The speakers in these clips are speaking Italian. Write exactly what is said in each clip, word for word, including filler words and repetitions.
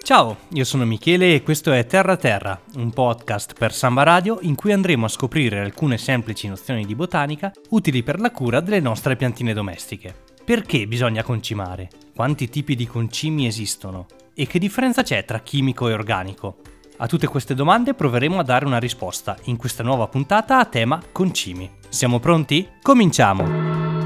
Ciao, io sono Michele e questo è Terra Terra, un podcast per Samba Radio in cui andremo a scoprire alcune semplici nozioni di botanica utili per la cura delle nostre piantine domestiche. Perché bisogna concimare? Quanti tipi di concimi esistono? E che differenza c'è tra chimico e organico? A tutte queste domande proveremo a dare una risposta in questa nuova puntata a tema concimi. Siamo pronti? Cominciamo!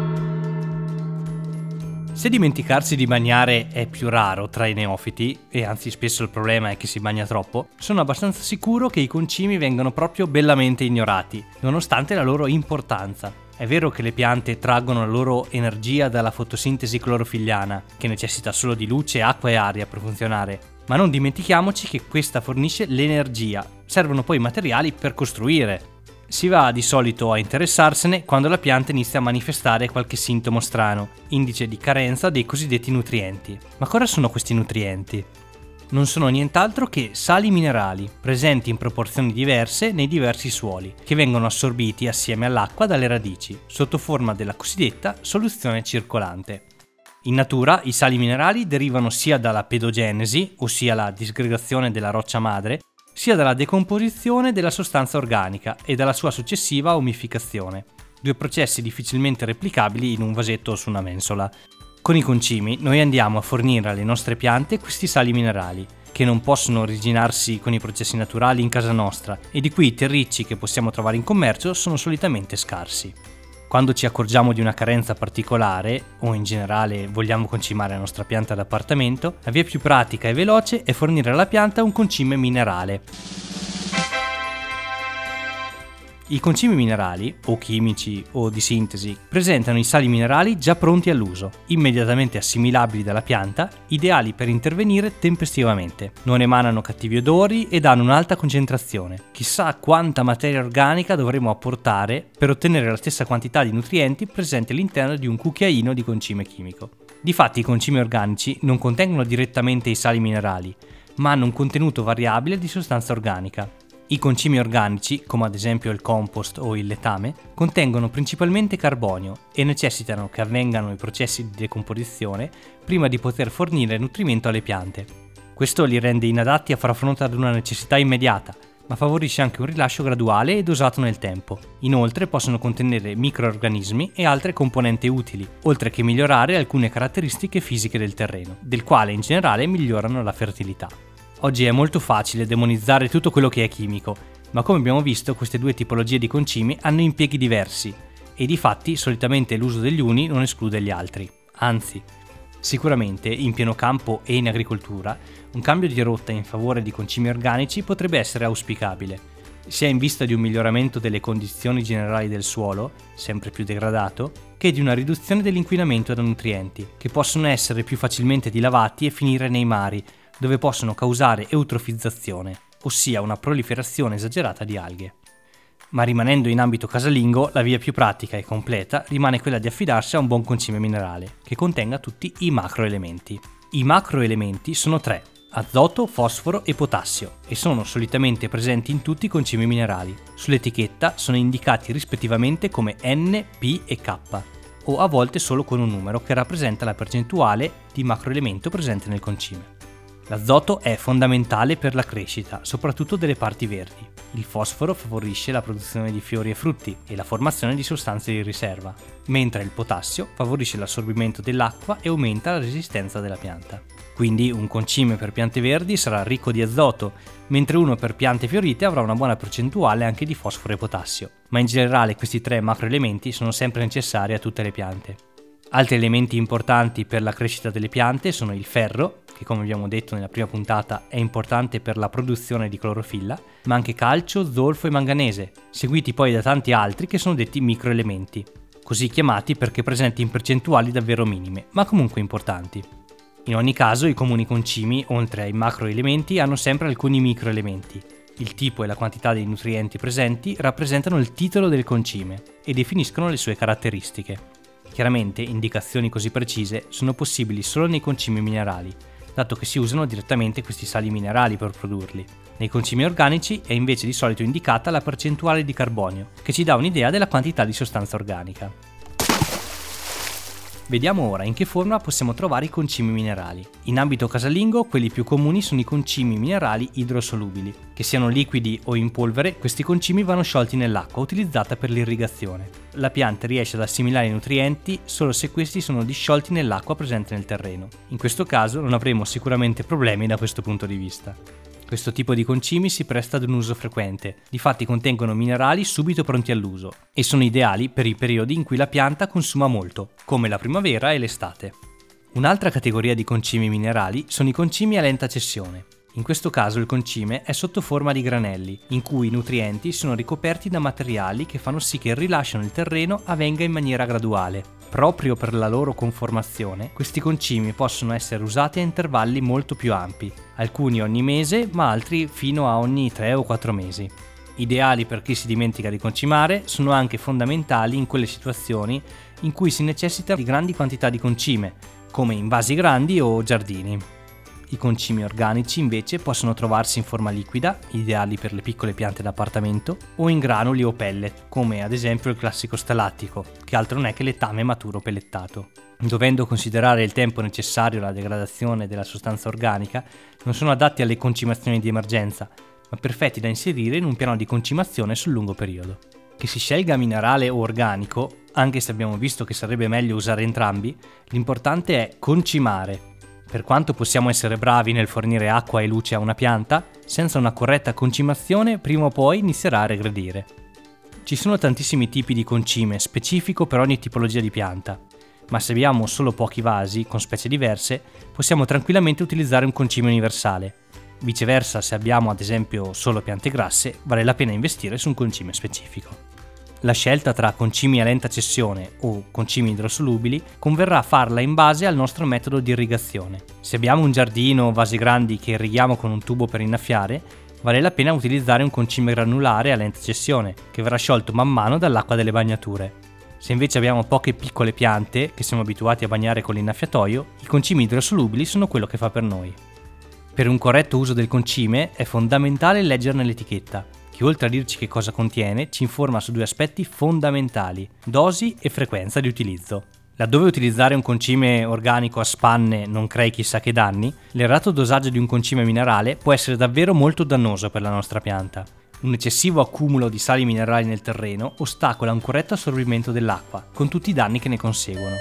Se dimenticarsi di bagnare è più raro tra i neofiti, e anzi spesso il problema è che si bagna troppo, sono abbastanza sicuro che i concimi vengano proprio bellamente ignorati, nonostante la loro importanza. È vero che le piante traggono la loro energia dalla fotosintesi clorofilliana, che necessita solo di luce, acqua e aria per funzionare, ma non dimentichiamoci che questa fornisce l'energia. Servono poi i materiali per costruire. Si va di solito a interessarsene quando la pianta inizia a manifestare qualche sintomo strano, indice di carenza dei cosiddetti nutrienti. Ma cosa sono questi nutrienti? Non sono nient'altro che sali minerali, presenti in proporzioni diverse nei diversi suoli, che vengono assorbiti assieme all'acqua dalle radici, sotto forma della cosiddetta soluzione circolante. In natura i sali minerali derivano sia dalla pedogenesi, ossia la disgregazione della roccia madre, sia dalla decomposizione della sostanza organica e dalla sua successiva umificazione, due processi difficilmente replicabili in un vasetto o su una mensola. Con i concimi noi andiamo a fornire alle nostre piante questi sali minerali, che non possono originarsi con i processi naturali in casa nostra e di cui i terricci che possiamo trovare in commercio sono solitamente scarsi. Quando ci accorgiamo di una carenza particolare, o in generale vogliamo concimare la nostra pianta d'appartamento, la via più pratica e veloce è fornire alla pianta un concime minerale. I concimi minerali, o chimici o di sintesi, presentano i sali minerali già pronti all'uso, immediatamente assimilabili dalla pianta, ideali per intervenire tempestivamente. Non emanano cattivi odori ed hanno un'alta concentrazione. Chissà quanta materia organica dovremo apportare per ottenere la stessa quantità di nutrienti presenti all'interno di un cucchiaino di concime chimico. Difatti i concimi organici non contengono direttamente i sali minerali, ma hanno un contenuto variabile di sostanza organica. I concimi organici, come ad esempio il compost o il letame, contengono principalmente carbonio e necessitano che avvengano i processi di decomposizione prima di poter fornire nutrimento alle piante. Questo li rende inadatti a far fronte ad una necessità immediata, ma favorisce anche un rilascio graduale e dosato nel tempo. Inoltre possono contenere microorganismi e altre componenti utili, oltre che migliorare alcune caratteristiche fisiche del terreno, del quale in generale migliorano la fertilità. Oggi è molto facile demonizzare tutto quello che è chimico, ma come abbiamo visto queste due tipologie di concimi hanno impieghi diversi e difatti solitamente l'uso degli uni non esclude gli altri. Anzi, sicuramente in pieno campo e in agricoltura un cambio di rotta in favore di concimi organici potrebbe essere auspicabile, sia in vista di un miglioramento delle condizioni generali del suolo, sempre più degradato, che di una riduzione dell'inquinamento da nutrienti, che possono essere più facilmente dilavati e finire nei mari, dove possono causare eutrofizzazione, ossia una proliferazione esagerata di alghe. Ma rimanendo in ambito casalingo, la via più pratica e completa rimane quella di affidarsi a un buon concime minerale, che contenga tutti i macroelementi. I macroelementi sono tre: azoto, fosforo e potassio, e sono solitamente presenti in tutti i concimi minerali. Sull'etichetta sono indicati rispettivamente come N, P e K, o a volte solo con un numero che rappresenta la percentuale di macroelemento presente nel concime. L'azoto è fondamentale per la crescita, soprattutto delle parti verdi. Il fosforo favorisce la produzione di fiori e frutti e la formazione di sostanze di riserva, mentre il potassio favorisce l'assorbimento dell'acqua e aumenta la resistenza della pianta. Quindi un concime per piante verdi sarà ricco di azoto, mentre uno per piante fiorite avrà una buona percentuale anche di fosforo e potassio. Ma in generale questi tre macroelementi sono sempre necessari a tutte le piante. Altri elementi importanti per la crescita delle piante sono il ferro, che come abbiamo detto nella prima puntata è importante per la produzione di clorofilla, ma anche calcio, zolfo e manganese, seguiti poi da tanti altri che sono detti microelementi, così chiamati perché presenti in percentuali davvero minime, ma comunque importanti. In ogni caso i comuni concimi, oltre ai macroelementi, hanno sempre alcuni microelementi. Il tipo e la quantità dei nutrienti presenti rappresentano il titolo del concime e definiscono le sue caratteristiche. Chiaramente indicazioni così precise sono possibili solo nei concimi minerali, dato che si usano direttamente questi sali minerali per produrli. Nei concimi organici è invece di solito indicata la percentuale di carbonio, che ci dà un'idea della quantità di sostanza organica. Vediamo ora in che forma possiamo trovare i concimi minerali. In ambito casalingo, quelli più comuni sono i concimi minerali idrosolubili. Che siano liquidi o in polvere, questi concimi vanno sciolti nell'acqua utilizzata per l'irrigazione. La pianta riesce ad assimilare i nutrienti solo se questi sono disciolti nell'acqua presente nel terreno. In questo caso non avremo sicuramente problemi da questo punto di vista. Questo tipo di concimi si presta ad un uso frequente, difatti contengono minerali subito pronti all'uso e sono ideali per i periodi in cui la pianta consuma molto, come la primavera e l'estate. Un'altra categoria di concimi minerali sono i concimi a lenta cessione. In questo caso il concime è sotto forma di granelli, in cui i nutrienti sono ricoperti da materiali che fanno sì che il rilascio nel terreno avvenga in maniera graduale. Proprio per la loro conformazione, questi concimi possono essere usati a intervalli molto più ampi, alcuni ogni mese, ma altri fino a ogni tre o quattro mesi. Ideali per chi si dimentica di concimare, sono anche fondamentali in quelle situazioni in cui si necessita di grandi quantità di concime, come in vasi grandi o giardini. I concimi organici invece possono trovarsi in forma liquida, ideali per le piccole piante d'appartamento, o in granuli o pellet, come ad esempio il classico stalattico, che altro non è che letame maturo pellettato. Dovendo considerare il tempo necessario alla degradazione della sostanza organica, non sono adatti alle concimazioni di emergenza, ma perfetti da inserire in un piano di concimazione sul lungo periodo. Che si scelga minerale o organico, anche se abbiamo visto che sarebbe meglio usare entrambi, l'importante è concimare. Per quanto possiamo essere bravi nel fornire acqua e luce a una pianta, senza una corretta concimazione prima o poi inizierà a regredire. Ci sono tantissimi tipi di concime, specifico per ogni tipologia di pianta, ma se abbiamo solo pochi vasi con specie diverse, possiamo tranquillamente utilizzare un concime universale. Viceversa, se abbiamo ad esempio solo piante grasse, vale la pena investire su un concime specifico. La scelta tra concimi a lenta cessione o concimi idrosolubili converrà farla in base al nostro metodo di irrigazione. Se abbiamo un giardino o vasi grandi che irrighiamo con un tubo per innaffiare, vale la pena utilizzare un concime granulare a lenta cessione, che verrà sciolto man mano dall'acqua delle bagnature. Se invece abbiamo poche piccole piante che siamo abituati a bagnare con l'innaffiatoio, i concimi idrosolubili sono quello che fa per noi. Per un corretto uso del concime è fondamentale leggerne l'etichetta, che oltre a dirci che cosa contiene, ci informa su due aspetti fondamentali: dosi e frequenza di utilizzo. Laddove utilizzare un concime organico a spanne non crei chissà che danni, l'errato dosaggio di un concime minerale può essere davvero molto dannoso per la nostra pianta. Un eccessivo accumulo di sali minerali nel terreno ostacola un corretto assorbimento dell'acqua, con tutti i danni che ne conseguono.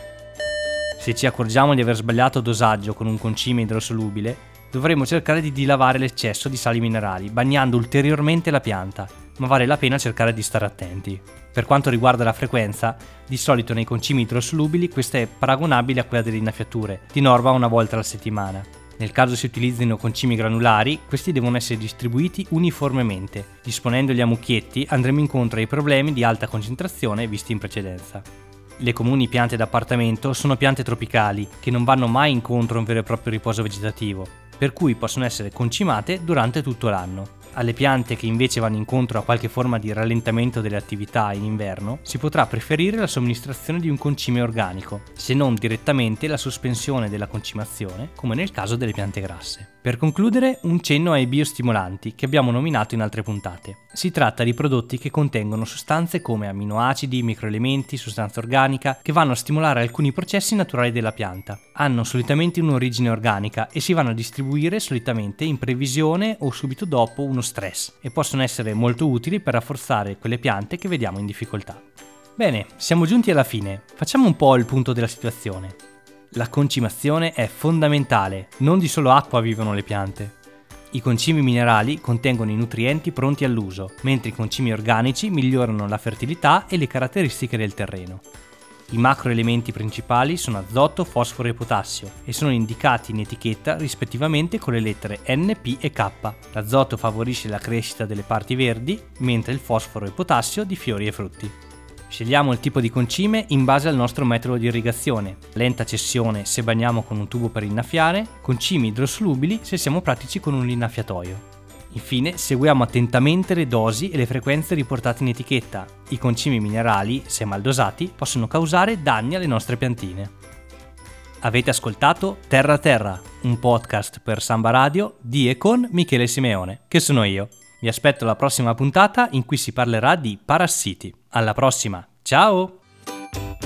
Se ci accorgiamo di aver sbagliato dosaggio con un concime idrosolubile, dovremo cercare di dilavare l'eccesso di sali minerali, bagnando ulteriormente la pianta, ma vale la pena cercare di stare attenti. Per quanto riguarda la frequenza, di solito nei concimi idrosolubili questa è paragonabile a quella delle innaffiature, di norma una volta alla settimana. Nel caso si utilizzino concimi granulari, questi devono essere distribuiti uniformemente. Disponendoli a mucchietti andremo incontro ai problemi di alta concentrazione visti in precedenza. Le comuni piante d'appartamento sono piante tropicali che non vanno mai incontro a un vero e proprio riposo vegetativo, per cui possono essere concimate durante tutto l'anno. Alle piante che invece vanno incontro a qualche forma di rallentamento delle attività in inverno, si potrà preferire la somministrazione di un concime organico, se non direttamente la sospensione della concimazione, come nel caso delle piante grasse. Per concludere, un cenno ai biostimolanti che abbiamo nominato in altre puntate. Si tratta di prodotti che contengono sostanze come aminoacidi, microelementi, sostanza organica, che vanno a stimolare alcuni processi naturali della pianta. Hanno solitamente un'origine organica e si vanno a distribuire solitamente in previsione o subito dopo uno stress e possono essere molto utili per rafforzare quelle piante che vediamo in difficoltà. Bene, siamo giunti alla fine. Facciamo un po' il punto della situazione. La concimazione è fondamentale, non di solo acqua vivono le piante. I concimi minerali contengono i nutrienti pronti all'uso, mentre i concimi organici migliorano la fertilità e le caratteristiche del terreno. I macroelementi principali sono azoto, fosforo e potassio e sono indicati in etichetta rispettivamente con le lettere N, P e K. L'azoto favorisce la crescita delle parti verdi, mentre il fosforo e il potassio di fiori e frutti. Scegliamo il tipo di concime in base al nostro metodo di irrigazione: lenta cessione se bagniamo con un tubo per innaffiare, concimi idrosolubili se siamo pratici con un innaffiatoio. Infine, seguiamo attentamente le dosi e le frequenze riportate in etichetta. I concimi minerali, se mal dosati, possono causare danni alle nostre piantine. Avete ascoltato Terra Terra, un podcast per Samba Radio di e con Michele Simeone, che sono io. Vi aspetto alla prossima puntata in cui si parlerà di parassiti. Alla prossima, ciao!